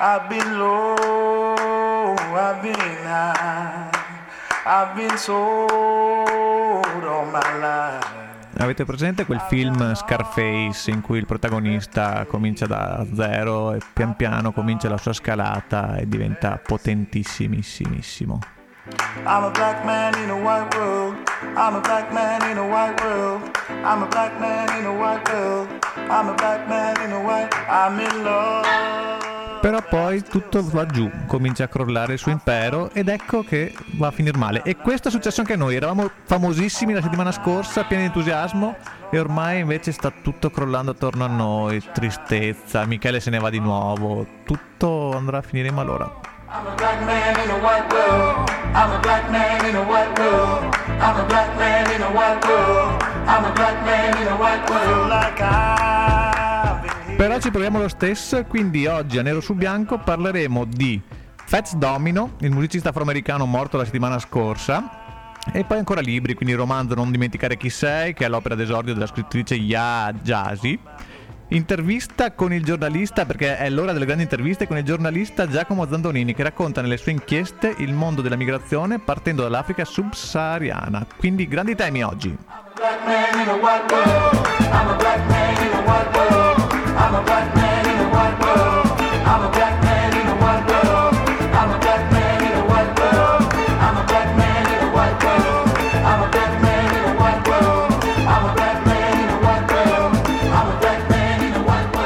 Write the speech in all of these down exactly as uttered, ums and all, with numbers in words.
I've been low, I've been high, I've been sold all my life. Avete presente quel film Scarface in cui il protagonista comincia da zero e pian piano comincia la sua scalata e diventa potentissimissimo? I'm a black man in a white world. I'm a black man in a white world. I'm a black man in a white world. I'm a black man in a white. I'm in love. Però poi tutto va giù, comincia a crollare il suo impero ed ecco che va a finire male. E questo è successo anche a noi, eravamo famosissimi la settimana scorsa, pieni di entusiasmo, e ormai invece sta tutto crollando attorno a noi, tristezza, Michele se ne va di nuovo, tutto andrà a finire in malora. I'm a black man in a white world. I'm a black man in a white world. I'm a black man in a white world. I'm a black man in a white world like I. Però ci proviamo lo stesso, quindi oggi a Nero su Bianco parleremo di Fats Domino, il musicista afroamericano morto la settimana scorsa, e poi ancora libri, quindi il romanzo Non dimenticare chi sei, che è l'opera d'esordio della scrittrice Yaa Gyasi, intervista con il giornalista, perché è l'ora delle grandi interviste, con il giornalista Giacomo Zandonini, che racconta nelle sue inchieste il mondo della migrazione partendo dall'Africa subsahariana. Quindi grandi temi oggi. I'm a black man in a white world. I'm a black man in a white world. I'm a black man in a white world. I'm a black man in a white world. I'm a black man in a white world. I'm a black man in a white world. I'm a black man in a white world. I'm a black man in a white world. I'm a black man in a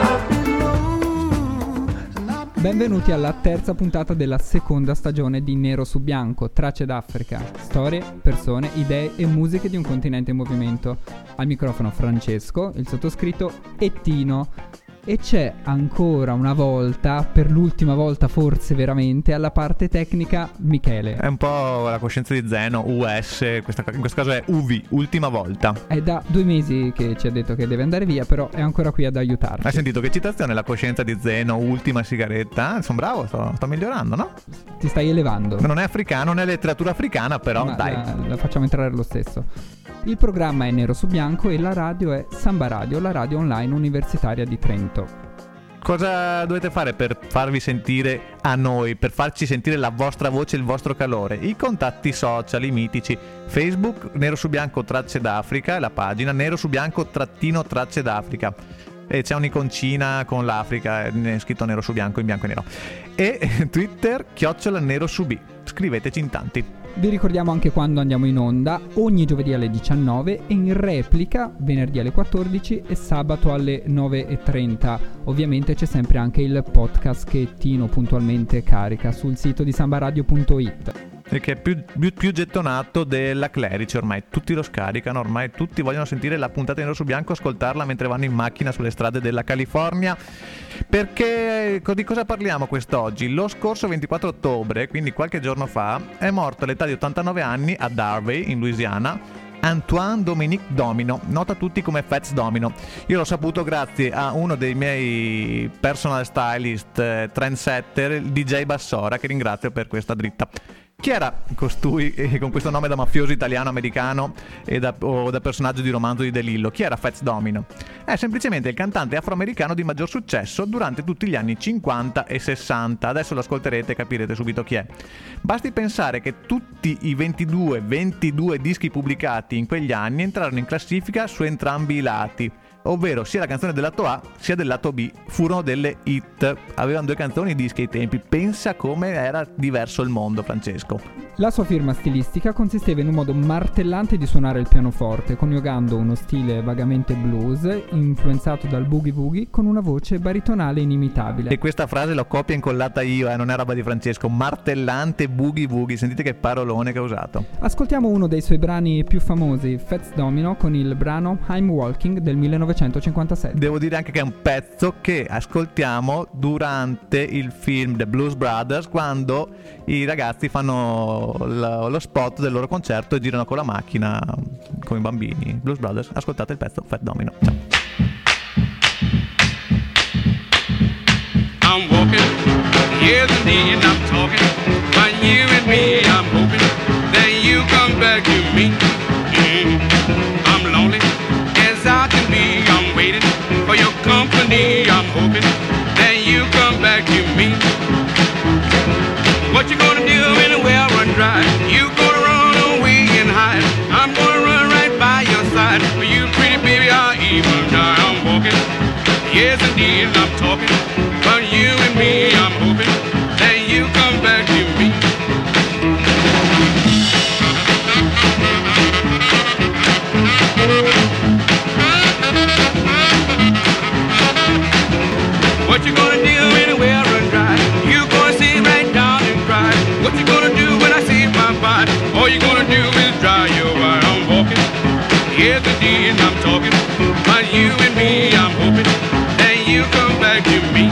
white world. Benvenuti alla terza puntata della seconda stagione di Nero su Bianco, Tracce d'Africa, storie, persone, idee e musiche di un continente in movimento. Al microfono Francesco, il sottoscritto e Tino. E c'è ancora una volta, per l'ultima volta forse veramente, alla parte tecnica Michele. È un po' la coscienza di Zeno, U S, questa, in questo caso è U V, ultima volta. È da due mesi che ci ha detto che deve andare via, però è ancora qui ad aiutarci. Hai sentito che citazione? La coscienza di Zeno, ultima sigaretta? Sono bravo, sto, sto migliorando, no? Ti stai elevando. Non è africano, non è letteratura africana, però Ma dai. La, la facciamo entrare lo stesso. Il programma è Nero su Bianco e la radio è Samba Radio, la radio online universitaria di Trento. Cosa dovete fare per farvi sentire a noi, per farci sentire la vostra voce, il vostro calore? I contatti social, i mitici: Facebook, Nero su Bianco Tracce d'Africa, la pagina Nero su Bianco trattino Tracce d'Africa. E c'è un'iconcina con l'Africa, è scritto Nero su Bianco in bianco e nero. E Twitter, chiocciola Nero su B. Scriveteci in tanti. Vi ricordiamo anche quando andiamo in onda, ogni giovedì alle diciannove e in replica venerdì alle quattordici e sabato alle nove e trenta. Ovviamente c'è sempre anche il podcast che Tino puntualmente carica sul sito di sambaradio punto it. E che è più, più, più gettonato della Clerici, ormai tutti lo scaricano, ormai tutti vogliono sentire la puntata di Nero su Bianco, ascoltarla mentre vanno in macchina sulle strade della California. Perché di cosa parliamo quest'oggi? Lo scorso ventiquattro ottobre, quindi qualche giorno fa, è morto all'età di ottantanove anni a Darby, in Louisiana, Antoine Dominique Domino, noto a tutti come Fats Domino. Io l'ho saputo grazie a uno dei miei personal stylist, eh, trendsetter, il D J Bassora, che ringrazio per questa dritta. Chi era costui eh, con questo nome da mafioso italiano-americano e da, o da personaggio di romanzo di De Lillo? Chi era Fats Domino? È semplicemente il cantante afroamericano di maggior successo durante tutti gli anni cinquanta e sessanta. Adesso lo ascolterete e capirete subito chi è. Basti pensare che tutti i ventidue dischi pubblicati in quegli anni entrarono in classifica su entrambi i lati, ovvero sia la canzone del lato A sia del lato B furono delle hit. Avevano due canzoni e dischi ai tempi. Pensa come era diverso il mondo, Francesco. La sua firma stilistica consisteva in un modo martellante di suonare il pianoforte, coniugando uno stile vagamente blues influenzato dal boogie woogie con una voce baritonale inimitabile. E questa frase l'ho copia e incollata io, eh, non è roba di Francesco. Martellante boogie woogie, sentite che parolone che ha usato. Ascoltiamo uno dei suoi brani più famosi, Fats Domino, con il brano I'm Walking del millenovecentocinquantasette. Devo dire anche che è un pezzo che ascoltiamo durante il film The Blues Brothers, quando i ragazzi fanno lo, lo spot del loro concerto e girano con la macchina con i bambini. Blues Brothers, ascoltate il pezzo Fats Domino. Ciao. I'm walking, yes indeed, I'm talking, but you and me, I'm hoping that you come back to me. Mm. I'm lonely as I can be, I'm waiting for your company, I'm hoping that you come back to me. walking, but you and me, I'm hoping that you come back to me. What you gonna do anywhere I run dry? You gonna sit right down and cry? What you gonna do when I see my body? All you gonna do is dry your eye. I'm walking, here's the D and I'm talking, but you and me, I'm hoping that you come back to me.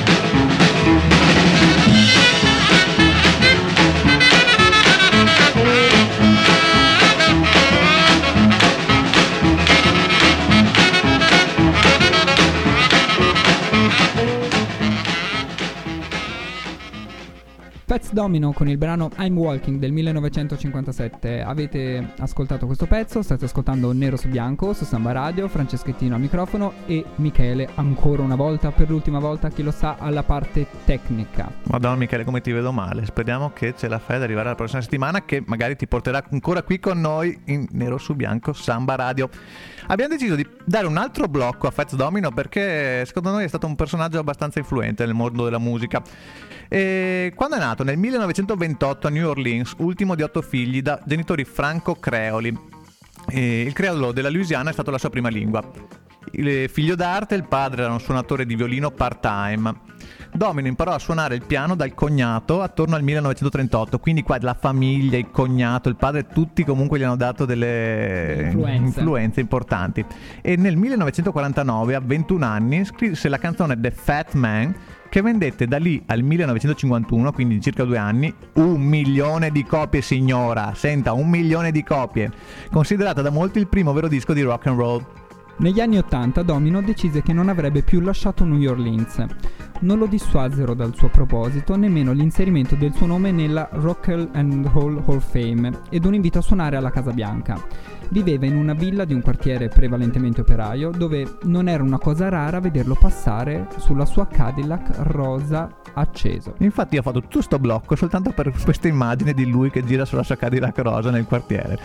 Fats Domino con il brano I'm Walking del millenovecentocinquantasette. Avete ascoltato questo pezzo, state ascoltando Nero su Bianco su Samba Radio, Franceschettino al microfono e Michele ancora una volta, per l'ultima volta, chi lo sa, alla parte tecnica. Madonna Michele, come ti vedo male. Speriamo che ce la fai ad arrivare la prossima settimana, che magari ti porterà ancora qui con noi in Nero su Bianco Samba Radio. Abbiamo deciso di dare un altro blocco a Fats Domino perché secondo noi è stato un personaggio abbastanza influente nel mondo della musica. E quando è nato? Nel millenovecentoventotto a New Orleans, ultimo di otto figli da genitori franco-creoli. E il creolo della Louisiana è stato la sua prima lingua. Il figlio d'arte, il padre era un suonatore di violino part-time. Domino imparò a suonare il piano dal cognato attorno al millenovecentotrentotto, quindi qua la famiglia, il cognato, il padre, tutti comunque gli hanno dato delle influenze, influenze importanti. E nel millenovecentoquarantanove, a ventuno anni, scrisse la canzone The Fat Man, che vendette da lì al millenovecentocinquantuno, quindi circa due anni, un milione di copie, signora. Senta, un milione di copie. Considerata da molti il primo vero disco di rock and roll. Negli anni ottanta Domino decise che non avrebbe più lasciato New Orleans. Non lo dissuasero dal suo proposito nemmeno l'inserimento del suo nome nella Rock and Roll Hall of Fame ed un invito a suonare alla Casa Bianca. Viveva in una villa di un quartiere prevalentemente operaio, dove non era una cosa rara vederlo passare sulla sua Cadillac rosa acceso. Infatti ho fatto tutto sto blocco soltanto per questa immagine di lui che gira sulla sua Cadillac rosa nel quartiere.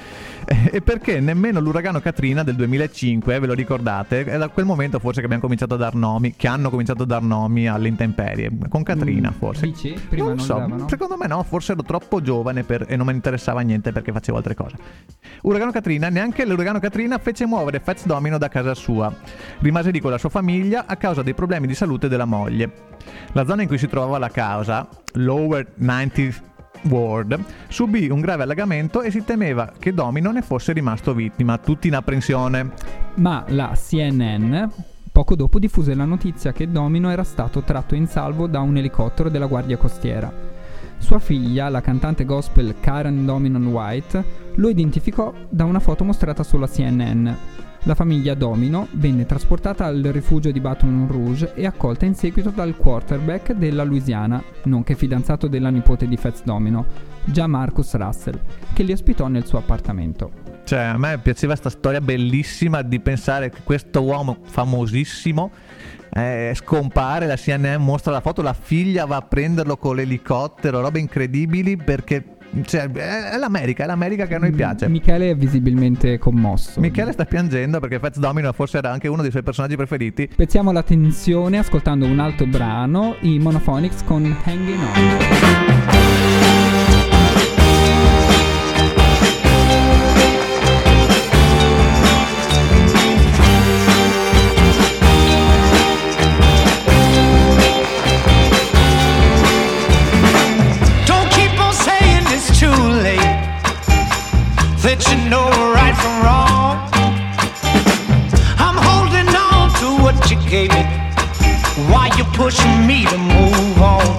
E perché nemmeno l'uragano Katrina del duemilacinque, ve lo ricordate? È da quel momento forse che abbiamo cominciato a dar nomi, che hanno cominciato a dar nomi alle intemperie. Con Katrina Mm, forse. dici? Prima non non so, davano? secondo me no, forse ero troppo giovane per, e non mi interessava niente perché facevo altre cose. Uragano Katrina, neanche l'uragano Katrina fece muovere Fats Domino da casa sua. Rimase lì con la sua famiglia a causa dei problemi di salute della moglie. La zona in cui si trovava la causa, Lower ninetieth Ward, subì un grave allagamento e si temeva che Domino ne fosse rimasto vittima, tutti in apprensione. Ma la C N N poco dopo diffuse la notizia che Domino era stato tratto in salvo da un elicottero della Guardia Costiera. Sua figlia, la cantante gospel Karen Domino White, lo identificò da una foto mostrata sulla C N N. La famiglia Domino venne trasportata al rifugio di Baton Rouge e accolta in seguito dal quarterback della Louisiana, nonché fidanzato della nipote di Fats Domino, Jamarcus Russell, che li ospitò nel suo appartamento. Cioè, a me piaceva sta storia bellissima di pensare che questo uomo famosissimo eh, scompare, la C N N mostra la foto, la figlia va a prenderlo con l'elicottero, robe incredibili, perché cioè, è l'America, è l'America che a noi piace. Michele è visibilmente commosso. Michele sta piangendo perché Fats Domino forse era anche uno dei suoi personaggi preferiti. Spezziamo la tensione ascoltando un altro brano, i Monophonics con Hanging On. That you know right from wrong. I'm holding on to what you gave me while you're pushing me to move on.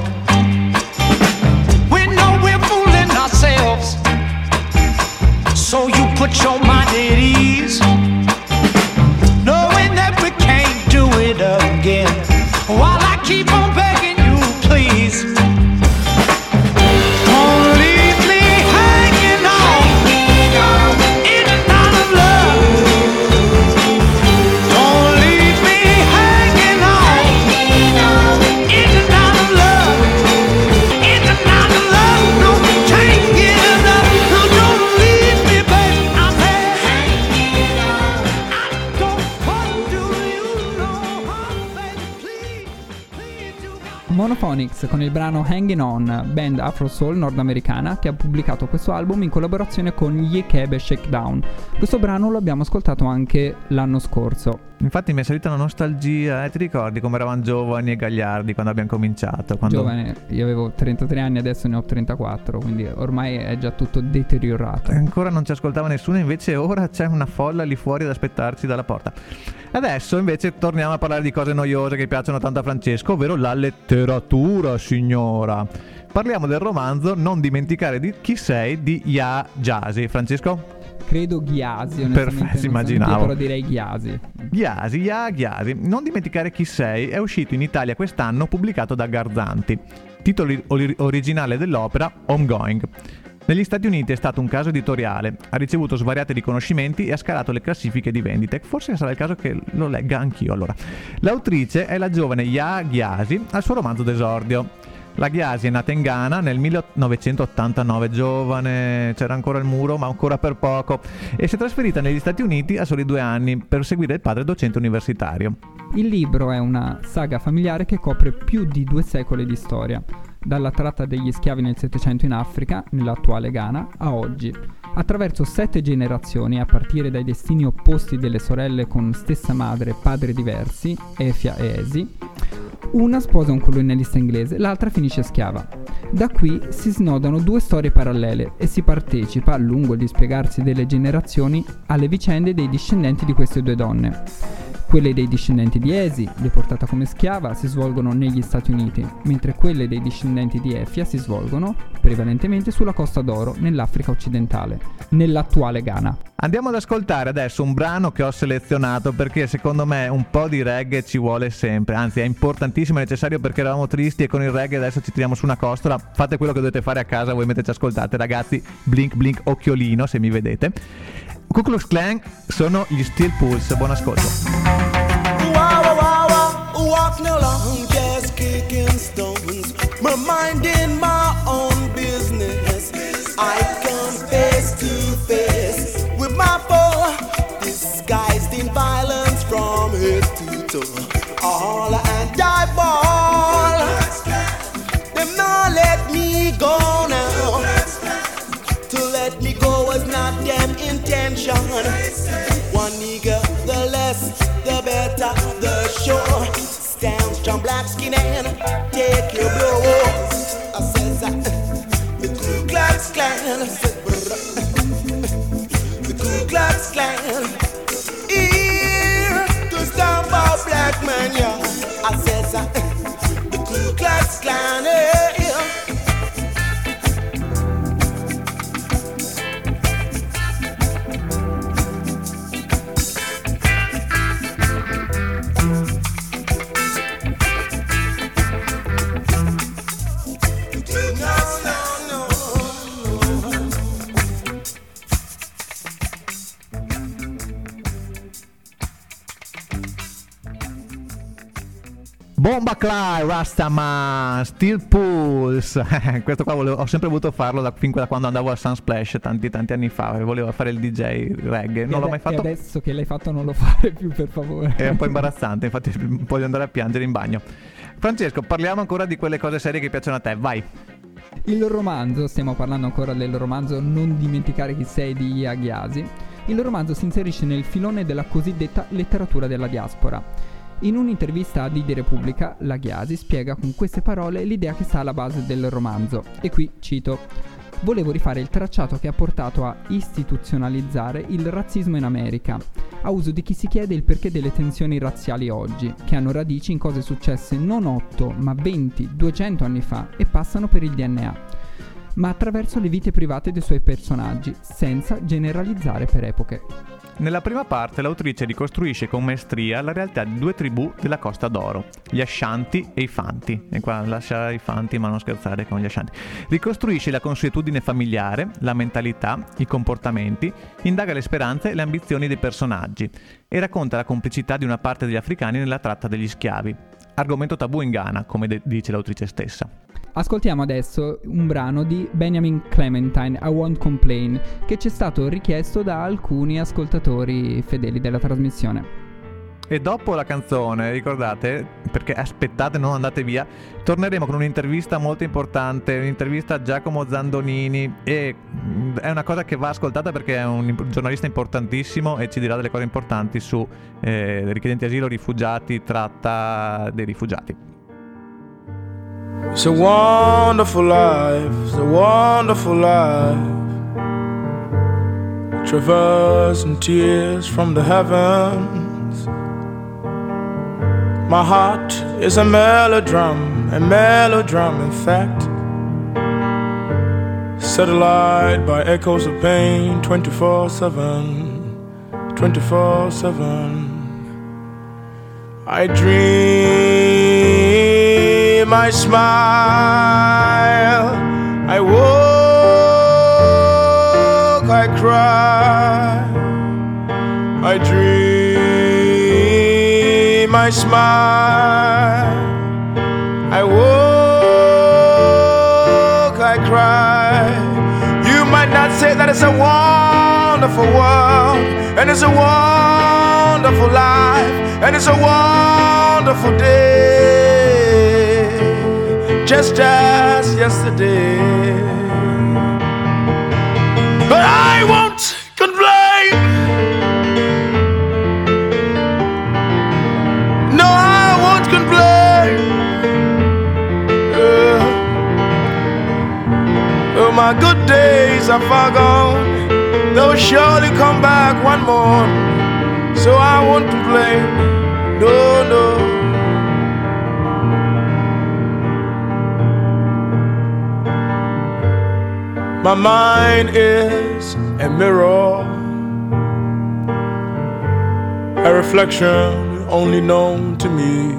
We know we're fooling ourselves, so you put your mind at ease, knowing that we can't do it again, while I keep on begging you, please. Don't leave me hanging on in and out of love. Monophonics con il brano Hanging On, band afro soul nordamericana che ha pubblicato questo album in collaborazione con gli Ikebe Shakedown. Questo brano lo abbiamo ascoltato anche l'anno scorso. Infatti mi è salita una nostalgia, eh? Ti ricordi come eravamo giovani e gagliardi quando abbiamo cominciato? Quando... Giovane, io avevo trentatré anni, adesso ne ho trentaquattro, quindi ormai è già tutto deteriorato. Ancora non ci ascoltava nessuno, invece ora c'è una folla lì fuori ad aspettarci dalla porta. Adesso invece torniamo a parlare di cose noiose che piacciono tanto a Francesco, ovvero la letteratura, signora. Parliamo del romanzo Non dimenticare di chi sei di Ya Gyasi. Francesco? Credo Gyasi, Perfetto, immaginavo. Però direi Gyasi. Gyasi, Ya Gyasi. Non dimenticare chi sei è uscito in Italia quest'anno, pubblicato da Garzanti. Titolo ori- originale dell'opera Homegoing. Negli Stati Uniti è stato un caso editoriale, ha ricevuto svariati riconoscimenti e ha scalato le classifiche di vendite. Forse sarà il caso che lo legga anch'io allora. L'autrice è la giovane Ya Gyasi al suo romanzo d'esordio. La Gyasi è nata in Ghana nel millenovecentottantanove, giovane, c'era ancora il muro ma ancora per poco, e si è trasferita negli Stati Uniti a soli due anni per seguire il padre docente universitario. Il libro è una saga familiare che copre più di due secoli di storia, dalla tratta degli schiavi nel Settecento in Africa, nell'attuale Ghana, a oggi. Attraverso sette generazioni, a partire dai destini opposti delle sorelle con stessa madre e padri diversi, Efia e Esi, una sposa un colonialista inglese, l'altra finisce schiava. Da qui si snodano due storie parallele e si partecipa, lungo il dispiegarsi delle generazioni, alle vicende dei discendenti di queste due donne. Quelle dei discendenti di Esi, deportata come schiava, si svolgono negli Stati Uniti, mentre quelle dei discendenti di Efia si svolgono prevalentemente sulla Costa d'Oro, nell'Africa occidentale, nell'attuale Ghana. Andiamo ad ascoltare adesso un brano che ho selezionato perché secondo me un po' di reggae ci vuole sempre, anzi è importantissimo e necessario, perché eravamo tristi e con il reggae adesso ci tiriamo su una costola. Fate quello che dovete fare a casa voi mentre ci ascoltate, ragazzi. Blink blink occhiolino se mi vedete. Ku Klux Klan sono gli Steel Pulse, buon ascolto. Wow, wow, wow, walk no long, just kicking stones, my mind in my own business. I come face to face with my foe, disguised in violence from head to toe. All and I ball, them not let me go now. To let me go was not them intention. One nigga, the less, the better, the sure. Stand strong, black skin and take your blow. I says that the Ku Klux Klan, the Ku Klux Klan, here to stomp out black man, yeah. I says that the Ku Klux Klan, yeah. Bomba Cly, Rastaman, Steel Pulse. Questo qua volevo, ho sempre voluto farlo da, fin da quando andavo al Sunsplash tanti tanti anni fa. Volevo fare il D J reggae, non e l'ho ade- mai fatto. E adesso che l'hai fatto non lo fare più, per favore. È un po' imbarazzante, infatti voglio andare a piangere in bagno. Francesco, parliamo ancora di quelle cose serie che piacciono a te, vai. Il romanzo, stiamo parlando ancora del romanzo Non dimenticare chi sei di Ya Gyasi. Il romanzo si inserisce nel filone della cosiddetta letteratura della diaspora. In un'intervista a Didi Repubblica, la Gyasi spiega con queste parole l'idea che sta alla base del romanzo. E qui cito: volevo rifare il tracciato che ha portato a istituzionalizzare il razzismo in America, a uso di chi si chiede il perché delle tensioni razziali oggi, che hanno radici in cose successe non otto, ma venti, duecento anni fa e passano per il D N A, ma attraverso le vite private dei suoi personaggi, senza generalizzare per epoche. Nella prima parte l'autrice ricostruisce con maestria la realtà di due tribù della Costa d'Oro, gli Ashanti e i Fanti. E qua lascia i Fanti ma non scherzare con gli Ashanti. Ricostruisce la consuetudine familiare, la mentalità, i comportamenti, indaga le speranze e le ambizioni dei personaggi e racconta la complicità di una parte degli africani nella tratta degli schiavi. Argomento tabù in Ghana, come de- dice l'autrice stessa. Ascoltiamo adesso un brano di Benjamin Clementine, I Won't Complain, che ci è stato richiesto da alcuni ascoltatori fedeli della trasmissione. E dopo la canzone, ricordate, perché aspettate, non andate via, torneremo con un'intervista molto importante, un'intervista a Giacomo Zandonini, e mh, è una cosa che va ascoltata perché è un imp- giornalista importantissimo e ci dirà delle cose importanti su eh, richiedenti asilo, rifugiati, tratta dei rifugiati. It's a wonderful life, it's a wonderful life. Traversing tears from the heavens. My heart is a melodrum, a melodrum in fact. Satellite by echoes of pain, twenty-four seven, twenty-four seven. I dream, I smile, I walk, I cry, I dream, I smile, I walk, I cry. You might not say that it's a wonderful world, and it's a wonderful life, and it's a wonderful day, just as yesterday. But I won't complain. No, I won't complain. Uh, oh, my good days are far gone. They'll surely come back one more. So I won't complain. No, no. My mind is a mirror, a reflection only known to me.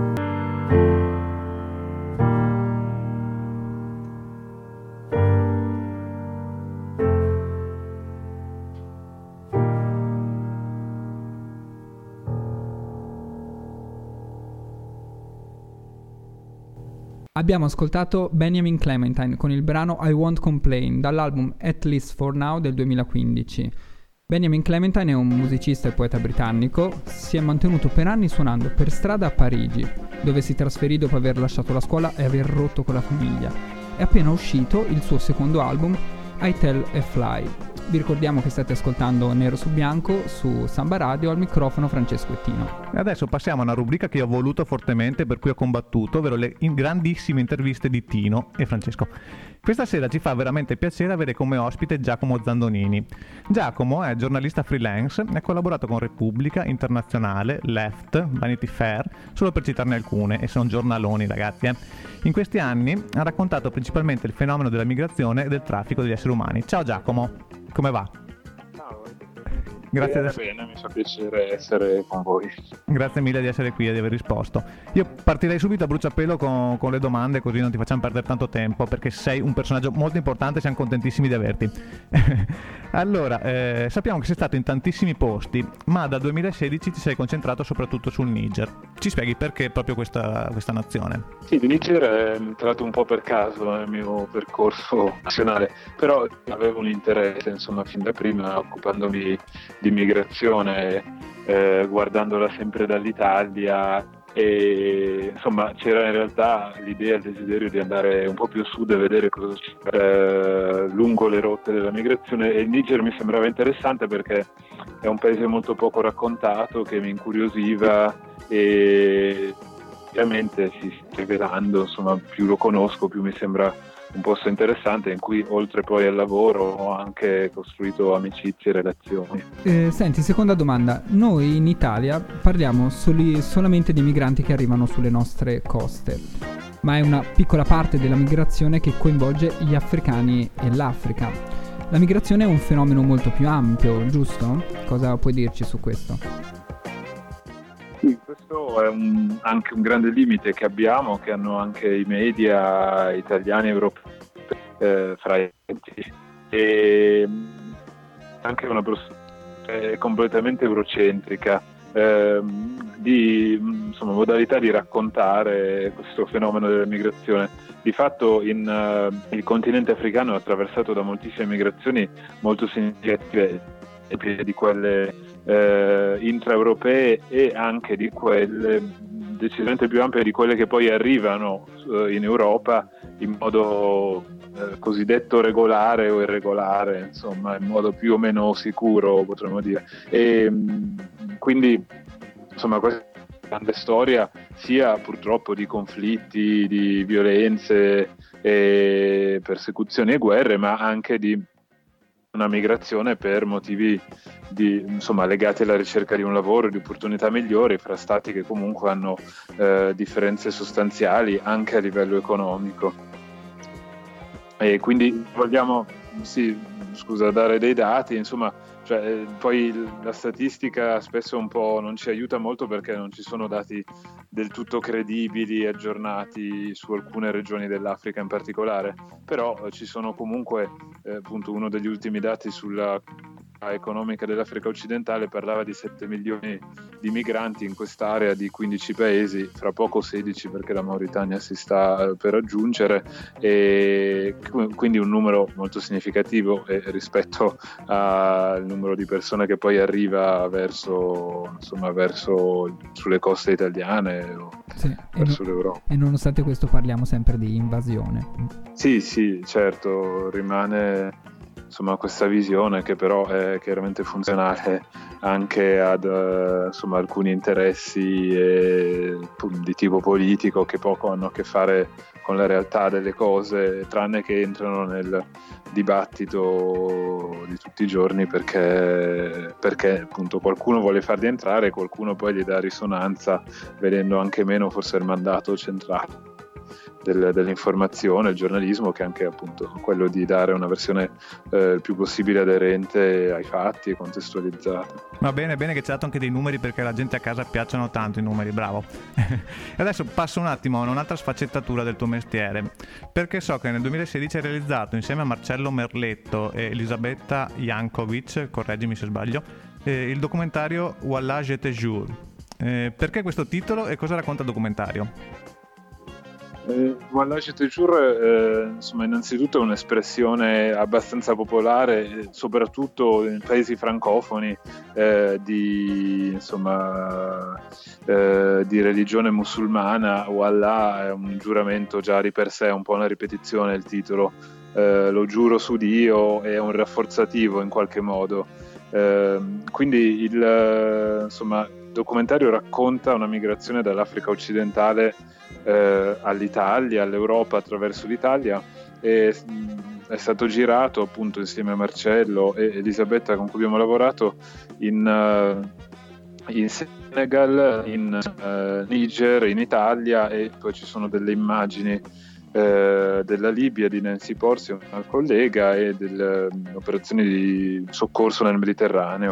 Abbiamo ascoltato Benjamin Clementine con il brano I Won't Complain dall'album At Least For Now del duemilaquindici. Benjamin Clementine è un musicista e poeta britannico, si è mantenuto per anni suonando per strada a Parigi, dove si trasferì dopo aver lasciato la scuola e aver rotto con la famiglia. È appena uscito il suo secondo album, I Tell a Fly. Vi ricordiamo che state ascoltando Nero su Bianco su Samba Radio, al microfono Francesco Ettino. E adesso passiamo a una rubrica che io ho voluto fortemente, per cui ho combattuto, ovvero le in- grandissime interviste di Tino e Francesco. Questa sera ci fa veramente piacere avere come ospite Giacomo Zandonini. Giacomo è giornalista freelance, ha collaborato con Repubblica, Internazionale, Left, Vanity Fair, solo per citarne alcune, e sono giornaloni, ragazzi. Eh. In questi anni ha raccontato principalmente il fenomeno della migrazione e del traffico degli esseri umani. Ciao Giacomo, come va? Ciao. Grazie, bene, di... bene, mi fa piacere essere con voi. Grazie mille di essere qui e di aver risposto. Io partirei subito a bruciapelo con, con le domande, così non ti facciamo perdere tanto tempo, perché sei un personaggio molto importante e siamo contentissimi di averti. Allora, eh, sappiamo che sei stato in tantissimi posti, ma dal duemilasedici ti sei concentrato soprattutto sul Niger. Ci spieghi perché proprio questa, questa nazione? Sì, il Niger è entrato un po' per caso nel mio percorso nazionale, però avevo un interesse, insomma, fin da prima, occupandomi di migrazione, eh, guardandola sempre dall'Italia, e insomma c'era in realtà l'idea, il desiderio di andare un po' più a sud e vedere cosa c'è eh, lungo le rotte della migrazione, e il Niger mi sembrava interessante perché è un paese molto poco raccontato, che mi incuriosiva, e ovviamente si sta rivelando, insomma, più lo conosco più mi sembra un posto interessante, in cui oltre poi al lavoro ho anche costruito amicizie e relazioni. Eh, senti, seconda domanda. Noi in Italia parliamo soli, solamente di migranti che arrivano sulle nostre coste, ma è una piccola parte della migrazione che coinvolge gli africani e l'Africa. La migrazione è un fenomeno molto più ampio, giusto? Cosa puoi dirci su questo? Sì, questo è un, anche un grande limite che abbiamo, che hanno anche i media italiani e europei, eh, fra i e anche una prospettiva completamente eurocentrica, eh, di insomma, modalità di raccontare questo fenomeno della migrazione. Di fatto in, uh, il continente africano è attraversato da moltissime migrazioni molto significative. di quelle eh, intraeuropee e anche di quelle decisamente più ampie di quelle che poi arrivano eh, in Europa in modo eh, cosiddetto regolare o irregolare, insomma in modo più o meno sicuro, potremmo dire. E quindi insomma questa grande storia sia purtroppo di conflitti, di violenze e persecuzioni e guerre, ma anche di una migrazione per motivi di, insomma, legati alla ricerca di un lavoro, di opportunità migliori fra stati che comunque hanno eh, differenze sostanziali anche a livello economico. E quindi vogliamo, sì, scusa, dare dei dati, insomma, cioè, poi la statistica spesso un po' non ci aiuta molto perché non ci sono dati del tutto credibili e aggiornati su alcune regioni dell'Africa in particolare, però eh, ci sono comunque eh, appunto uno degli ultimi dati sulla economica dell'Africa occidentale parlava di sette milioni di migranti in quest'area di quindici paesi, fra poco sedici perché la Mauritania si sta per raggiungere, e quindi un numero molto significativo eh, rispetto al numero di persone che poi arriva verso, insomma, verso sulle coste italiane o sì, verso e no, l'Europa. E nonostante questo parliamo sempre di invasione. Sì, sì, certo, rimane insomma questa visione che però è chiaramente funzionale anche ad uh, insomma alcuni interessi eh, di tipo politico che poco hanno a che fare con la realtà delle cose, tranne che entrano nel dibattito di tutti i giorni perché, perché appunto qualcuno vuole farli entrare e qualcuno poi gli dà risonanza vedendo anche meno forse il mandato centrale Del, dell'informazione, il giornalismo, che è anche appunto quello di dare una versione eh, il più possibile aderente ai fatti e contestualizzata. Va bene, bene che ci ha dato anche dei numeri perché alla gente a casa piacciono tanto i numeri, bravo. E adesso passo un attimo a un'altra sfaccettatura del tuo mestiere, perché so che nel duemilasedici hai realizzato insieme a Marcello Merletto e Elisabetta Jankovic, correggimi se sbaglio, eh, il documentario Voilà je te jure. Eh, perché questo titolo e cosa racconta il documentario? Eh, Voilà je te jure, eh, insomma, innanzitutto è un'espressione abbastanza popolare, eh, soprattutto in paesi francofoni, eh, di, insomma, eh, di religione musulmana. Wallah è un giuramento già di per sé, un po' una ripetizione il titolo, eh, lo giuro su Dio, è un rafforzativo in qualche modo. Eh, quindi il insomma, documentario racconta una migrazione dall'Africa occidentale Eh, all'Italia, all'Europa attraverso l'Italia, e mh, è stato girato appunto insieme a Marcello e Elisabetta con cui abbiamo lavorato in, uh, in Senegal, in uh, Niger, in Italia, e poi ci sono delle immagini uh, della Libia di Nancy Porsi, una collega, e delle uh, operazioni di soccorso nel Mediterraneo,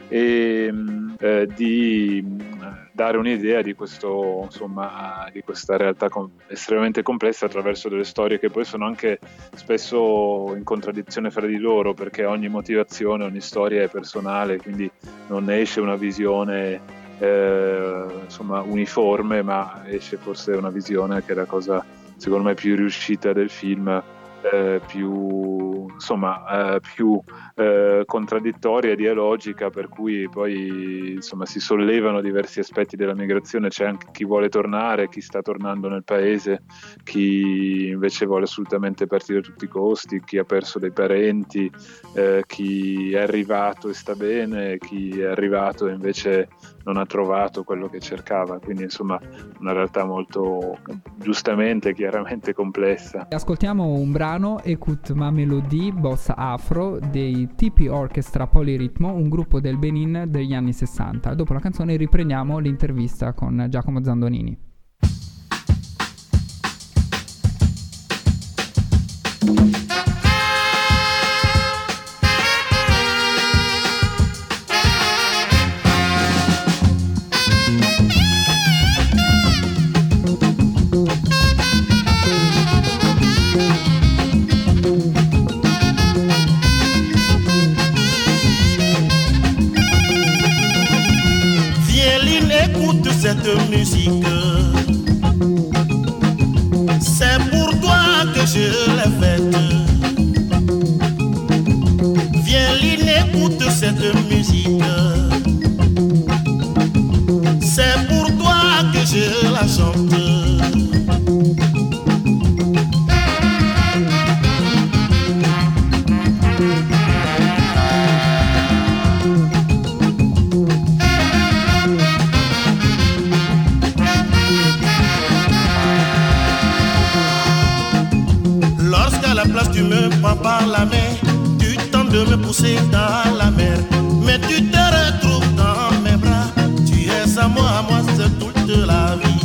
e uh, di uh, dare un'idea di questo, insomma, di questa realtà com- estremamente complessa attraverso delle storie che poi sono anche spesso in contraddizione fra di loro, perché ogni motivazione, ogni storia è personale, quindi non ne esce una visione eh, insomma uniforme, ma esce forse una visione che è la cosa secondo me più riuscita del film, eh, più insomma eh, più eh, contraddittoria e dialogica, per cui poi insomma si sollevano diversi aspetti della migrazione. C'è anche chi vuole tornare, chi sta tornando nel paese, chi invece vuole assolutamente partire a tutti i costi, chi ha perso dei parenti, eh, chi è arrivato e sta bene, chi è arrivato e invece non ha trovato quello che cercava, quindi insomma una realtà molto, giustamente, chiaramente complessa. Ascoltiamo un brano, Écoute ma Mélodie, bossa afro dei T P Orchestra Poliritmo, un gruppo del Benin degli anni sessanta. Dopo la canzone riprendiamo l'intervista con Giacomo Zandonini. Cette musique, c'est pour toi que je l'ai faite. Viens, Lynn, écoute cette musique. place, tu me prends par la main. Tu tentes de me pousser dans la mer, mais tu te retrouves dans mes bras. Tu es à moi, à moi, c'est toute la vie.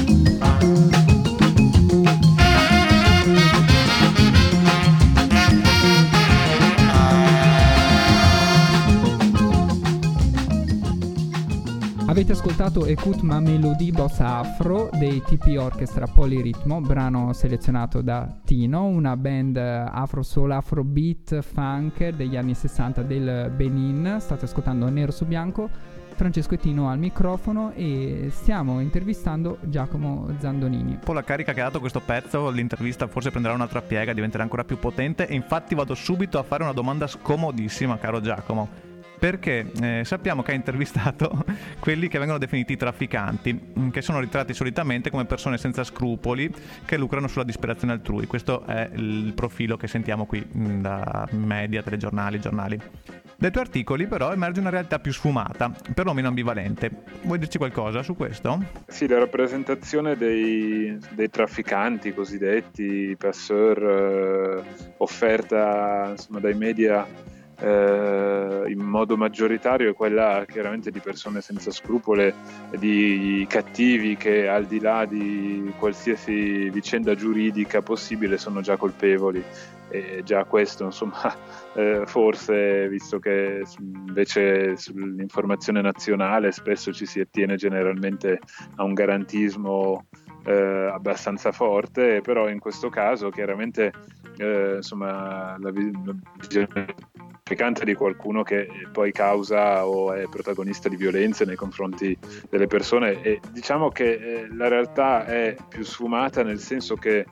Avete ascoltato Écoute ma Mélodie Bossa Afro dei T P Orchestra Poliritmo, brano selezionato da Tino, una band afro soul, afrobeat, funk degli anni sessanta del Benin. State ascoltando Nero su Bianco, Francesco e Tino al microfono e stiamo intervistando Giacomo Zandonini. Un po' la carica che ha dato questo pezzo, l'intervista forse prenderà un'altra piega, diventerà ancora più potente e infatti vado subito a fare una domanda scomodissima, caro Giacomo. Perché eh, sappiamo che ha intervistato quelli che vengono definiti trafficanti, che sono ritratti solitamente come persone senza scrupoli che lucrano sulla disperazione altrui. Questo è il profilo che sentiamo qui da media, telegiornali, giornali. Dai tuoi articoli però emerge una realtà più sfumata, perlomeno ambivalente. Vuoi dirci qualcosa su questo? Sì, la rappresentazione dei, dei trafficanti cosiddetti, passeur, eh, offerta insomma dai media Eh, in modo maggioritario è quella chiaramente di persone senza scrupole, di cattivi che al di là di qualsiasi vicenda giuridica possibile sono già colpevoli, e già questo insomma eh, forse, visto che invece sull'informazione nazionale spesso ci si attiene generalmente a un garantismo eh, abbastanza forte, però in questo caso chiaramente eh, insomma la visione di qualcuno che poi causa o è protagonista di violenze nei confronti delle persone, e diciamo che eh, la realtà è più sfumata, nel senso che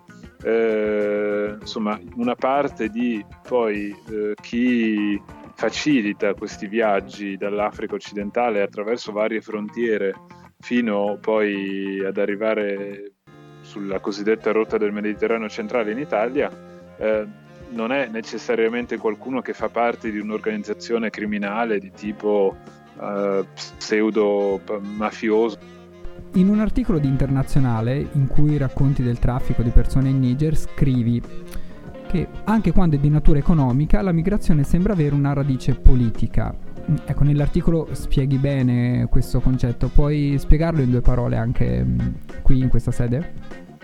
eh, insomma una parte di poi eh, chi facilita questi viaggi dall'Africa occidentale attraverso varie frontiere fino poi ad arrivare sulla cosiddetta rotta del Mediterraneo centrale in Italia, eh, non è necessariamente qualcuno che fa parte di un'organizzazione criminale di tipo uh, pseudo mafioso. In un articolo di Internazionale in cui racconti del traffico di persone in Niger scrivi che anche quando è di natura economica la migrazione sembra avere una radice politica. Ecco, nell'articolo spieghi bene questo concetto, puoi spiegarlo in due parole anche mh, qui in questa sede?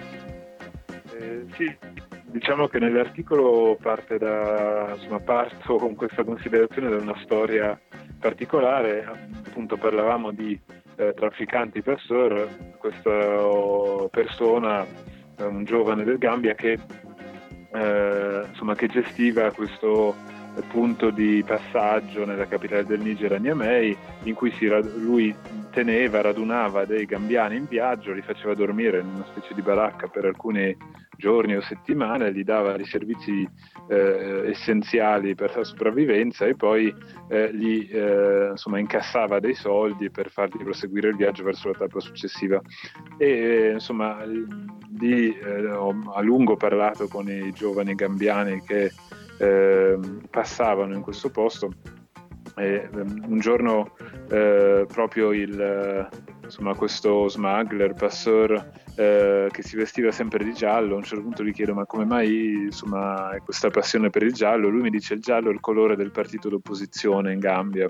Eh, sì. Diciamo che nell'articolo parte da, insomma, parto con questa considerazione da una storia particolare. Appunto parlavamo di eh, trafficanti passeur, questa persona, eh, un giovane del Gambia che, eh, insomma, che gestiva questo punto di passaggio nella capitale del Niger, a Niamey, in cui si, lui teneva, radunava dei gambiani in viaggio, li faceva dormire in una specie di baracca per alcuni giorni o settimane, gli dava i servizi eh, essenziali per la sopravvivenza e poi eh, gli eh, insomma incassava dei soldi per fargli proseguire il viaggio verso la tappa successiva. E eh, insomma lì eh, ho a lungo parlato con i giovani gambiani che eh, passavano in questo posto. E un giorno eh, proprio il, eh, insomma, questo smuggler, passeur, eh, che si vestiva sempre di giallo, a un certo punto gli chiedo ma come mai insomma hai questa passione per il giallo? Lui mi dice il giallo è il colore del partito d'opposizione in Gambia,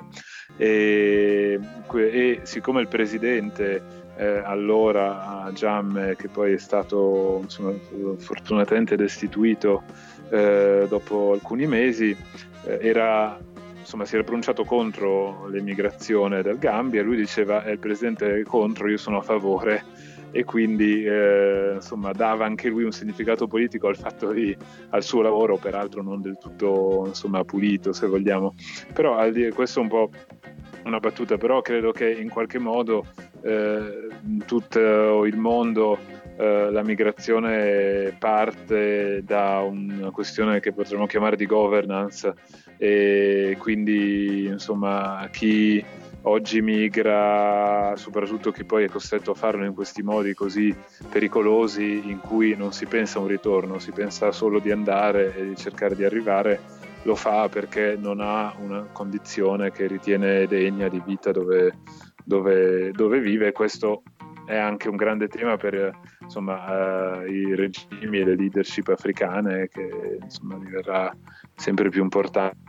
e, e siccome il presidente eh, allora Jammeh, che poi è stato insomma, fortunatamente destituito eh, dopo alcuni mesi, eh, era insomma si era pronunciato contro l'emigrazione del Gambia, e lui diceva è il presidente contro, io sono a favore, e quindi eh, insomma dava anche lui un significato politico al fatto di, al suo lavoro, peraltro non del tutto insomma pulito, se vogliamo. Però al di, questo è un po' una battuta, però credo che in qualche modo eh, in tutto il mondo eh, la migrazione parte da una questione che potremmo chiamare di governance, e quindi insomma chi oggi migra, soprattutto chi poi è costretto a farlo in questi modi così pericolosi in cui non si pensa a un ritorno, si pensa solo di andare e di cercare di arrivare, lo fa perché non ha una condizione che ritiene degna di vita dove, dove, dove vive. Questo è anche un grande tema per insomma eh, i regimi e le leadership africane, che insomma diverrà sempre più importante.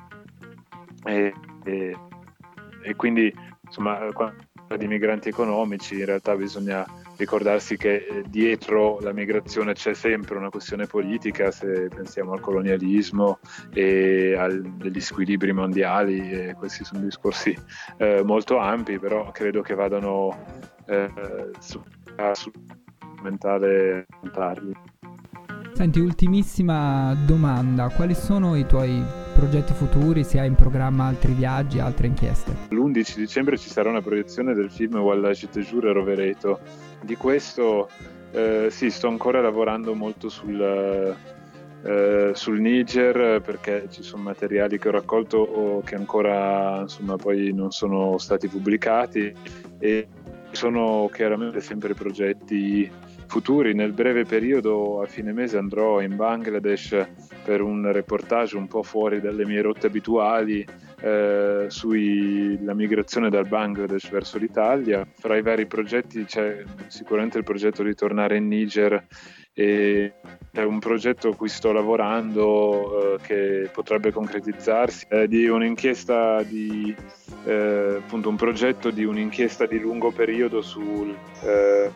E, e, e quindi insomma quando di migranti economici in realtà bisogna ricordarsi che dietro la migrazione c'è sempre una questione politica, se pensiamo al colonialismo e agli squilibri mondiali, e questi sono discorsi eh, molto ampi, però credo che vadano eh, su, su mentale affrontarli. Senti, ultimissima domanda, quali sono i tuoi progetti futuri, se hai in programma altri viaggi, altre inchieste? L'undici dicembre ci sarà una proiezione del film Wallah je te jure a Rovereto. Di questo eh, sì, sto ancora lavorando molto sul, eh, sul Niger, perché ci sono materiali che ho raccolto o che ancora insomma poi non sono stati pubblicati, e sono chiaramente sempre progetti futuri. Nel breve periodo, a fine mese, andrò in Bangladesh per un reportage un po' fuori dalle mie rotte abituali eh, sulla migrazione dal Bangladesh verso l'Italia. Fra i vari progetti c'è sicuramente il progetto di tornare in Niger, e è un progetto a cui sto lavorando eh, che potrebbe concretizzarsi, eh, di un'inchiesta di eh, appunto un progetto di un'inchiesta di lungo periodo sul eh,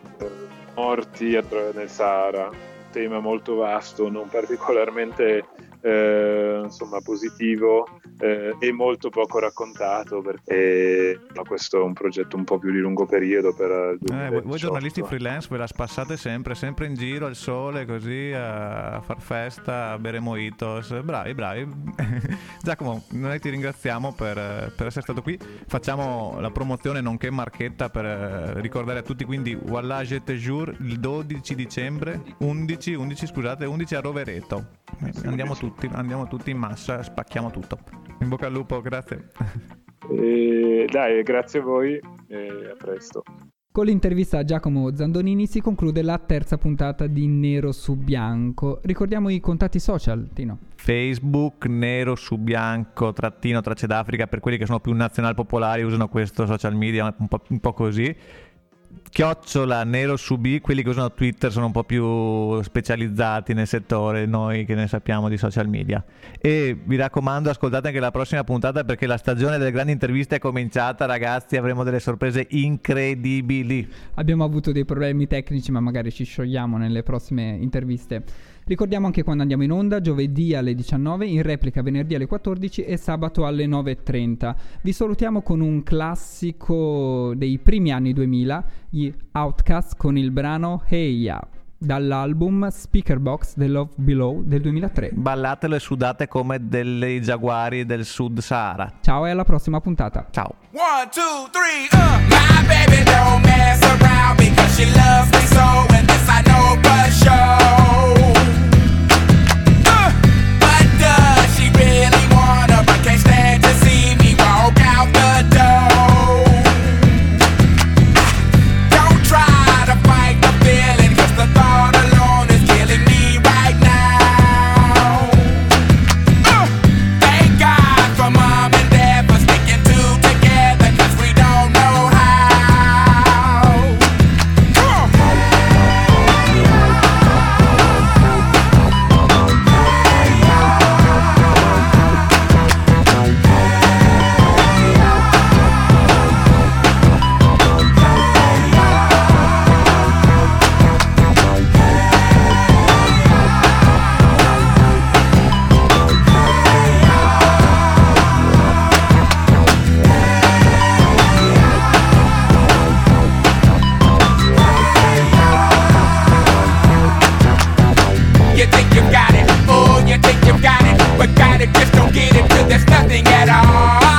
morti nel Sahara, un tema molto vasto, non particolarmente eh, insomma positivo eh, e molto poco raccontato, perché no, questo è un progetto un po' più di lungo periodo per il eh, voi, voi giornalisti freelance ve la spassate sempre sempre in giro al sole, così a far festa, a bere mojitos. Bravi, bravi. Giacomo, noi ti ringraziamo per, per essere stato qui. Facciamo la promozione nonché marchetta per ricordare a tutti, quindi Wallah je te jure il dodici dicembre, undici, undici scusate, undici a Rovereto. Andiamo tutti, andiamo tutti in massa, spacchiamo tutto. In bocca al lupo, grazie. E dai, grazie a voi e a presto. Con l'intervista a Giacomo Zandonini si conclude la terza puntata di Nero su Bianco. Ricordiamo i contatti social, Tino. Facebook, Nero su Bianco, trattino, tracce d'Africa, per quelli che sono più nazional popolari usano questo social media un po', un po' così. Chiocciola Nero su B, quelli che usano Twitter sono un po' più specializzati nel settore, noi che ne sappiamo di social media. E vi raccomando, ascoltate anche la prossima puntata, perché la stagione delle grandi interviste è cominciata, ragazzi, avremo delle sorprese incredibili. Abbiamo avuto dei problemi tecnici, ma magari ci sciogliamo nelle prossime interviste. Ricordiamo anche quando andiamo in onda: giovedì alle diciannove, in replica venerdì alle quattordici e sabato alle nove e trenta. Vi salutiamo con un classico dei primi anni duemila, gli Outcast con il brano Hey Ya, dall'album Speaker Box The Love Below del duemilatré. Ballatelo e sudate come dei giaguari del Sud Sahara. Ciao e alla prossima puntata. Ciao. One, two, three, uh. My baby don't mess around because she loves me so, and this I know for sure. Uh, but does she really wanna, but can't stand to see me walk out the door? Don't try to fight the feeling, cause the thought alone is killing me right now. Uh, thank God for mom and dad for sticking two together, cause we don't know how. Come on. You think you got it, oh, you think you got it, but got it, just don't get it, 'cause there's nothing at all.